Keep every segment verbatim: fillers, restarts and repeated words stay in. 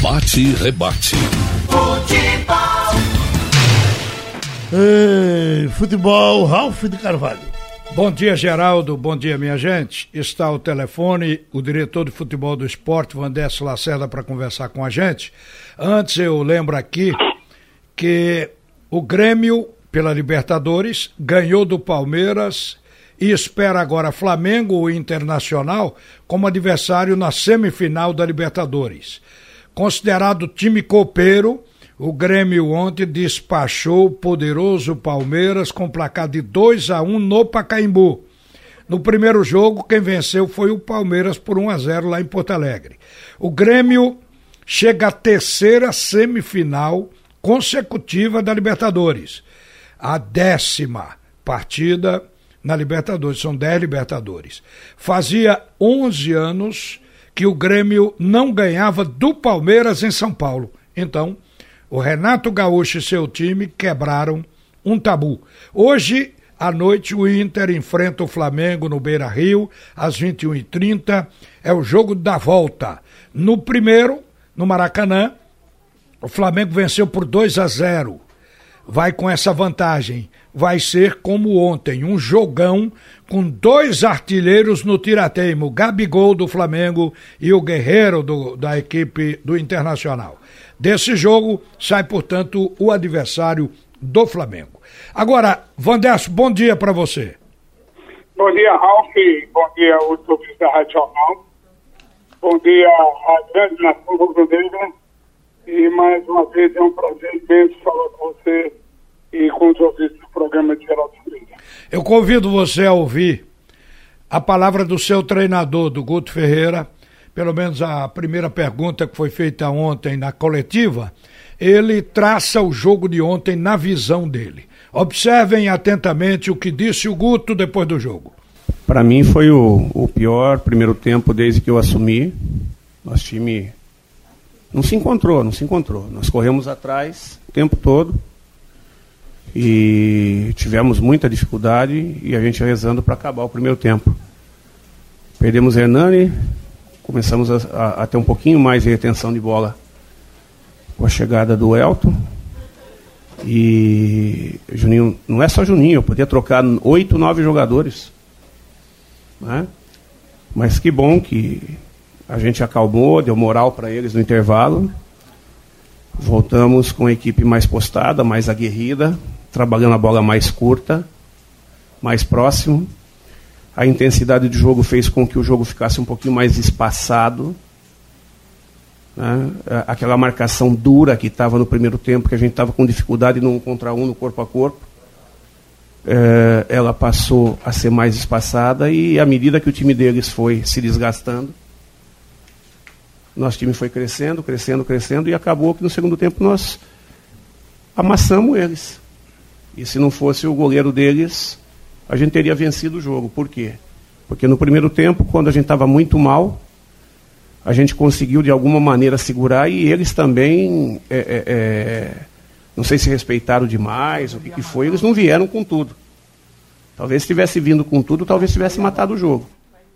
Bate e rebate. Futebol. Ei, futebol, Ralf de Carvalho. Bom dia, Geraldo. Bom dia, minha gente. Está ao telefone o diretor de futebol do esporte, Vandécio Lacerda, para conversar com a gente. Antes, eu lembro aqui que o Grêmio, pela Libertadores, ganhou do Palmeiras e espera agora Flamengo e Internacional como adversário na semifinal da Libertadores. Considerado time copeiro, o Grêmio ontem despachou o poderoso Palmeiras com placar de dois a um no Pacaembu. No primeiro jogo, quem venceu foi o Palmeiras por um a zero lá em Porto Alegre. O Grêmio chega à terceira semifinal consecutiva da Libertadores. A décima partida na Libertadores, são dez Libertadores. Fazia onze anos que o Grêmio não ganhava do Palmeiras em São Paulo. Então, o Renato Gaúcho e seu time quebraram um tabu. Hoje, à noite, o Inter enfrenta o Flamengo no Beira-Rio, às vinte e uma e trinta. É o jogo da volta. No primeiro, no Maracanã, o Flamengo venceu por dois a zero. Vai com essa vantagem. Vai ser como ontem, um jogão com dois artilheiros no tirateimo, o Gabigol do Flamengo e o Guerreiro do, da equipe do Internacional. Desse jogo sai, portanto, o adversário do Flamengo. Agora, Vandécio, bom dia para você. Bom dia, Ralf. Bom dia aos ouvintes da Rádio Jornal. Bom dia à grande nação rubro-negra. E mais uma vez é um prazer imenso falar com você e com os ouvintes do programa de Geraldo Freire. Eu convido você a ouvir a palavra do seu treinador, do Guto Ferreira, pelo menos a primeira pergunta que foi feita ontem na coletiva. Ele traça o jogo de ontem na visão dele. Observem atentamente o que disse o Guto depois do jogo. Para mim foi o, o pior primeiro tempo desde que eu assumi. Nosso time não se encontrou, não se encontrou. Nós corremos atrás o tempo todo e tivemos muita dificuldade e a gente rezando para acabar o primeiro tempo. Perdemos Hernani, começamos a, a, a ter um pouquinho mais de retenção de bola com a chegada do Elton. E Juninho, não é só Juninho, eu podia trocar oito, nove jogadores, né? Mas que bom que a gente acalmou, deu moral para eles no intervalo. Voltamos com a equipe mais postada, mais aguerrida, trabalhando a bola mais curta, mais próximo. A intensidade do jogo fez com que o jogo ficasse um pouquinho mais espaçado, né? Aquela marcação dura que estava no primeiro tempo, que a gente estava com dificuldade no um contra um, no corpo a corpo, é, ela passou a ser mais espaçada e à medida que o time deles foi se desgastando, nosso time foi crescendo, crescendo, crescendo e acabou que no segundo tempo nós amassamos eles. E se não fosse o goleiro deles, a gente teria vencido o jogo. Por quê? Porque no primeiro tempo, quando a gente estava muito mal, a gente conseguiu de alguma maneira segurar e eles também, é, é, é, não sei se respeitaram demais, o que, que foi, eles não vieram com tudo. Talvez se tivesse vindo com tudo, talvez tivesse matado o jogo.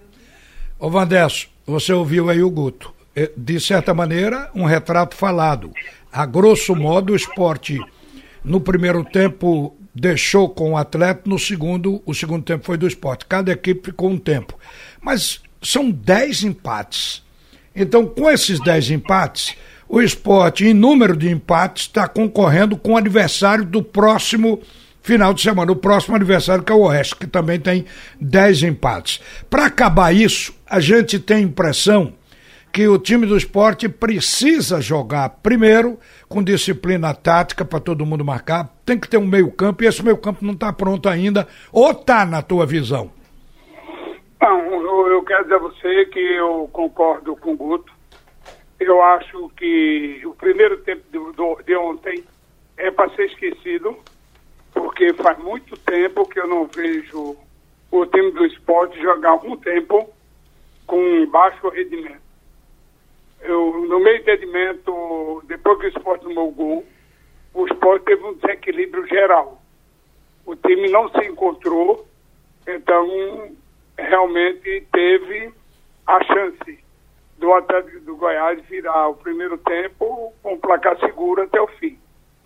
Ô Vandécio, você ouviu aí o Guto. De certa maneira, um retrato falado. A grosso modo, o esporte, no primeiro tempo, deixou com o atleta, no segundo, o segundo tempo foi do esporte. Cada equipe ficou um tempo. Mas são dez empates. Então, com esses dez empates, o esporte, em número de empates, está concorrendo com o adversário do próximo final de semana. O próximo adversário, que é o Oeste, que também tem dez empates. Para acabar isso, a gente tem a impressão que o time do esporte precisa jogar primeiro com disciplina tática para todo mundo marcar, tem que ter um meio campo e esse meio campo não está pronto ainda, ou está na tua visão? Não, eu, eu quero dizer a você que eu concordo com o Guto. Eu acho que o primeiro tempo de, de ontem é para ser esquecido, porque faz muito tempo que eu não vejo o time do esporte jogar algum tempo com baixo rendimento. Eu, no meu entendimento, depois que o esporte tomou o gol, o esporte teve um desequilíbrio geral. O time não se encontrou, então realmente teve a chance do Atlético do Goiás virar o primeiro tempo com um placar seguro até o fim.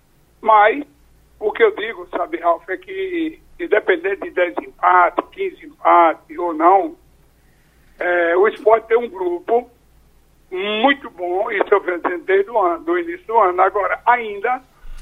Mas o que eu digo, sabe, Ralf, é que independente de dez empates, quinze empates ou não, é, o Sport tem um grupo muito bom, isso eu venho dizendo desde o ano, do início do ano. Agora, ainda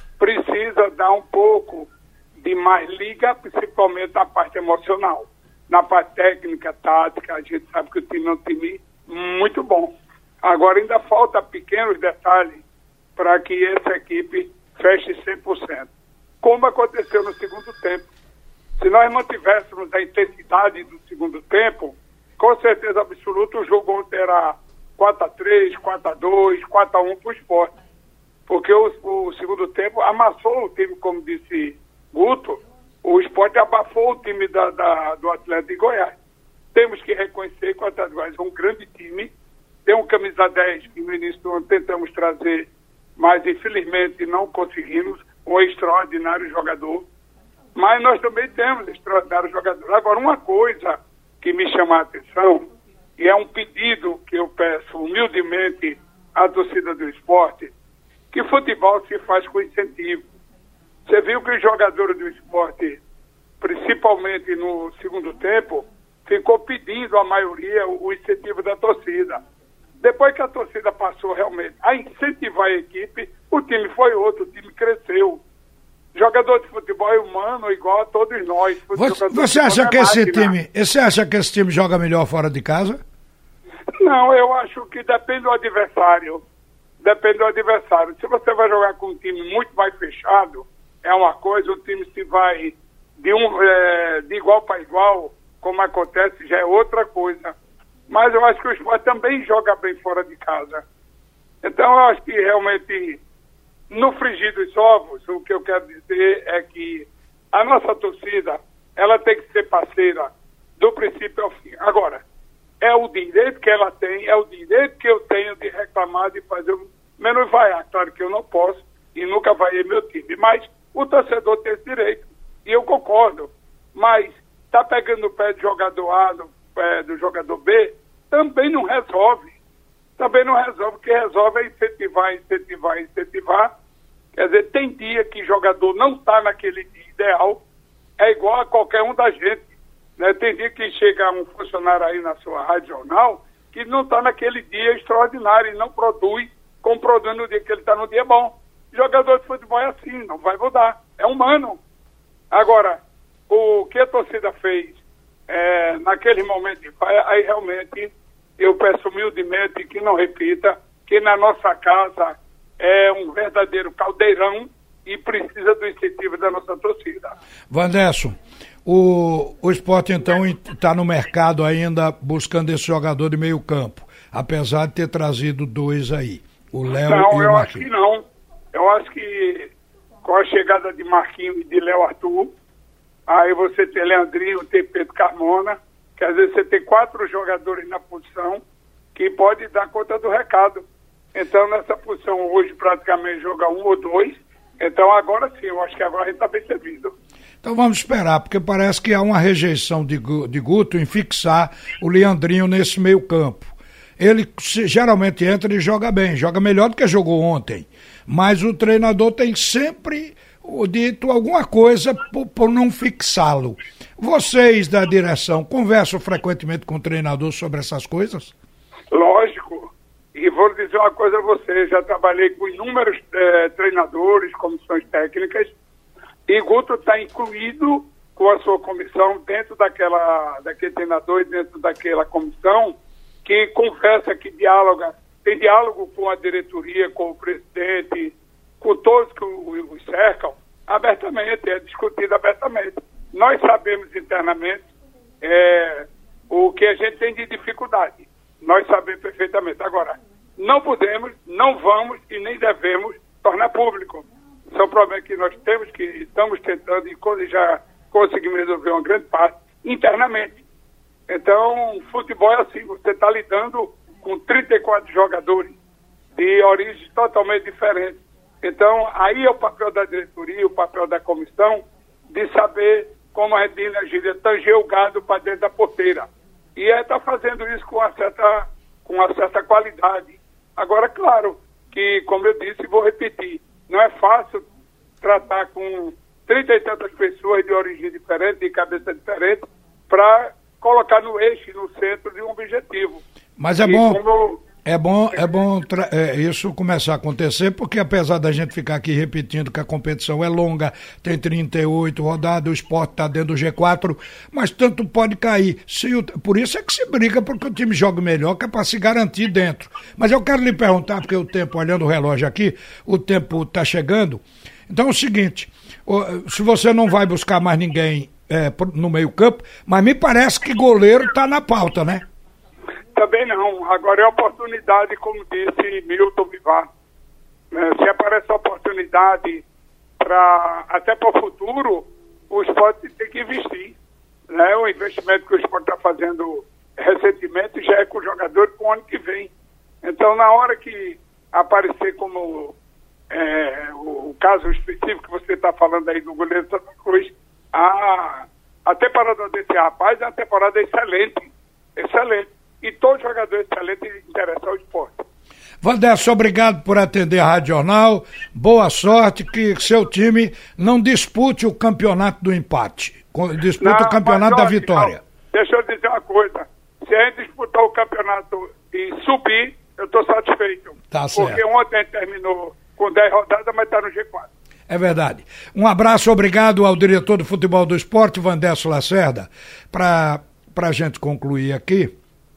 precisa dar um pouco de mais liga, principalmente na parte emocional. Na parte técnica, tática, a gente sabe que o time é um time muito bom. Agora ainda falta pequenos detalhes para que essa equipe feche cem por cento. Como aconteceu no segundo tempo. Se nós mantivéssemos a intensidade do segundo tempo, com certeza absoluta o jogo ontem era quatro a três, quatro a dois, quatro a um para o Sport. Porque o, o segundo tempo amassou o time, como disse Guto, o Sport abafou o time da, da, do Atlético de Goiás. Temos que reconhecer que o Atlético de Goiás é um grande time, tem um camisa dez que no início do ano tentamos trazer, mas infelizmente não conseguimos, um extraordinário jogador. Mas nós também temos extraordinário jogador. Agora, uma coisa que me chama a atenção, e é um pedido que eu peço humildemente à torcida do Sport, que futebol se faz com incentivo. Você viu que os jogadores do Sport, principalmente no segundo tempo, ficou pedindo a maioria o incentivo da torcida. Depois que a torcida passou realmente a incentivar a equipe, o time foi outro, o time cresceu. Jogador de futebol é humano igual a todos nós. Você, você acha que esse time, você acha que esse time joga melhor fora de casa? Não, eu acho que depende do adversário. Depende do adversário. Se você vai jogar com um time muito mais fechado, é uma coisa, o time se vai de, um, é, de igual para igual, como acontece, já é outra coisa. Mas eu acho que o Sport também joga bem fora de casa. Então eu acho que realmente, no frigir dos ovos, o que eu quero dizer é que a nossa torcida, ela tem que ser parceira do princípio ao fim. Agora, é o direito que ela tem, é o direito que eu tenho de reclamar, de fazer o menos vaiar. Claro que eu não posso e nunca vaiei meu time, mas o torcedor tem esse direito. E eu concordo. Mas tá pegando o pé do jogador A, do, é, do jogador B, também não resolve. Também não resolve. O que resolve é incentivar, incentivar, incentivar. Quer dizer, tem dia que jogador não está naquele dia ideal, é igual a qualquer um da gente. Né? Tem dia que chega um funcionário aí na sua rádio jornal que não está naquele dia extraordinário e não produz como produz no dia que ele está no dia bom. Jogador de futebol é assim, não vai mudar. É humano. Agora, o que a torcida fez é, naquele momento de pai, aí realmente eu peço humildemente que não repita, que na nossa casa é um verdadeiro caldeirão e precisa do incentivo da nossa torcida. Vanderson, o, o Sport então está no mercado ainda buscando esse jogador de meio campo, apesar de ter trazido dois aí, o Léo não, e o eu Marquinhos. Acho que não. Eu acho que com a chegada de Marquinhos e de Léo Arthur, aí você tem Leandrinho, tem Pedro Carmona, quer dizer, você tem quatro jogadores na posição que pode dar conta do recado. Então, nessa posição hoje, praticamente joga um ou dois. Então, agora sim, eu acho que agora a gente está bem servido. Então, vamos esperar, porque parece que há uma rejeição de, de Guto em fixar o Leandrinho nesse meio campo. Ele se, geralmente entra e joga bem, joga melhor do que jogou ontem. Mas o treinador tem sempre dito alguma coisa por, por não fixá-lo. Vocês da direção conversam frequentemente com o treinador sobre essas coisas? Lógico. E vou dizer uma coisa a você, já trabalhei com inúmeros eh, treinadores, comissões técnicas, e Guto está incluído com a sua comissão dentro daquela, daquele treinador e dentro daquela comissão que conversa, que dialoga, tem diálogo com a diretoria, com o presidente, com todos que o, o cercam, abertamente, é discutido abertamente. Nós sabemos internamente é, o que a gente tem de dificuldade. Nós sabemos perfeitamente. Agora, não podemos, não vamos e nem devemos tornar público. Isso é um problema que nós temos, que estamos tentando e já conseguimos resolver uma grande parte internamente. Então, futebol é assim, você está lidando com trinta e quatro jogadores de origens totalmente diferentes. Então, aí é o papel da diretoria, o papel da comissão, de saber como a Redina Gíria tanger o gado para dentro da porteira. E é está fazendo isso com uma certa, com uma certa qualidade. Agora, claro, que, como eu disse, vou repetir, não é fácil tratar com trinta e tantas pessoas de origem diferente, de cabeça diferente, para colocar no eixo, no centro de um objetivo. Mas é E bom, como- é bom, é bom tra- é, isso começar a acontecer, porque apesar da gente ficar aqui repetindo que a competição é longa, tem trinta e oito rodadas, o Sport está dentro do G quatro, mas tanto pode cair. Se o- por isso é que se briga, porque o time joga melhor, que é para se garantir dentro. Mas eu quero lhe perguntar, porque o tempo, olhando o relógio aqui, o tempo está chegando. Então é o seguinte, o- se você não vai buscar mais ninguém é, pro- no meio campo, mas me parece que goleiro está na pauta, né? Também não. Agora é oportunidade, como disse Milton Bivar. Eh, se aparece a oportunidade para até para o futuro, o esporte tem que investir. Né? O investimento que o esporte está fazendo recentemente já é com o jogador para o ano que vem. Então, na hora que aparecer como eh, o, o caso específico que você está falando aí do goleiro Santa Cruz, a, a temporada desse rapaz é uma temporada excelente. Excelente. E todo jogador excelente interessa ao esporte. Vandesso, obrigado por atender a Rádio Jornal. Boa sorte, que seu time não dispute o campeonato do empate. Co- Dispute Não, o campeonato mas, da olha, vitória. não, deixa eu dizer uma coisa. Se a gente disputar o campeonato e subir, eu estou satisfeito. Tá Porque certo. ontem a gente terminou com dez rodadas, mas está no G quatro. É verdade. Um abraço, obrigado ao diretor do futebol do esporte, Vandesso Lacerda. Para a gente concluir aqui,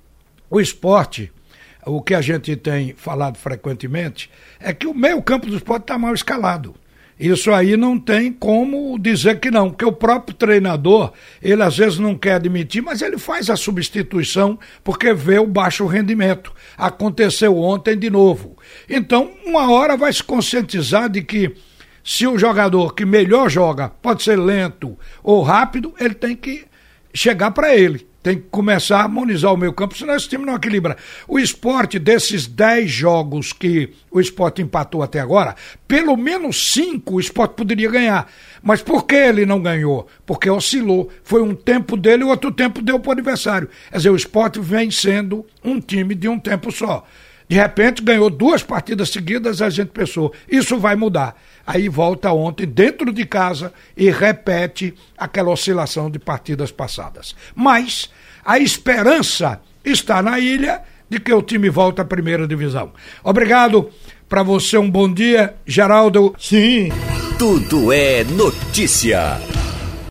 o esporte, o que a gente tem falado frequentemente, é que o meio campo do esporte está mal escalado. Isso aí não tem como dizer que não, porque o próprio treinador, ele às vezes não quer admitir, mas ele faz a substituição porque vê o baixo rendimento. Aconteceu ontem de novo. Então, uma hora vai se conscientizar de que se o jogador que melhor joga pode ser lento ou rápido, ele tem que chegar para ele. Tem que começar a harmonizar o meio campo, senão esse time não equilibra. O esporte, desses dez jogos que o esporte empatou até agora, pelo menos cinco o esporte poderia ganhar. Mas por que ele não ganhou? Porque oscilou. Foi um tempo dele e outro tempo deu para o adversário. Quer dizer, o esporte vem sendo um time de um tempo só. De repente ganhou duas partidas seguidas, a gente pensou, isso vai mudar. Aí volta ontem dentro de casa e repete aquela oscilação de partidas passadas. Mas a esperança está na ilha de que o time volta à primeira divisão. Obrigado, para você um bom dia, Geraldo. Sim. Tudo é notícia.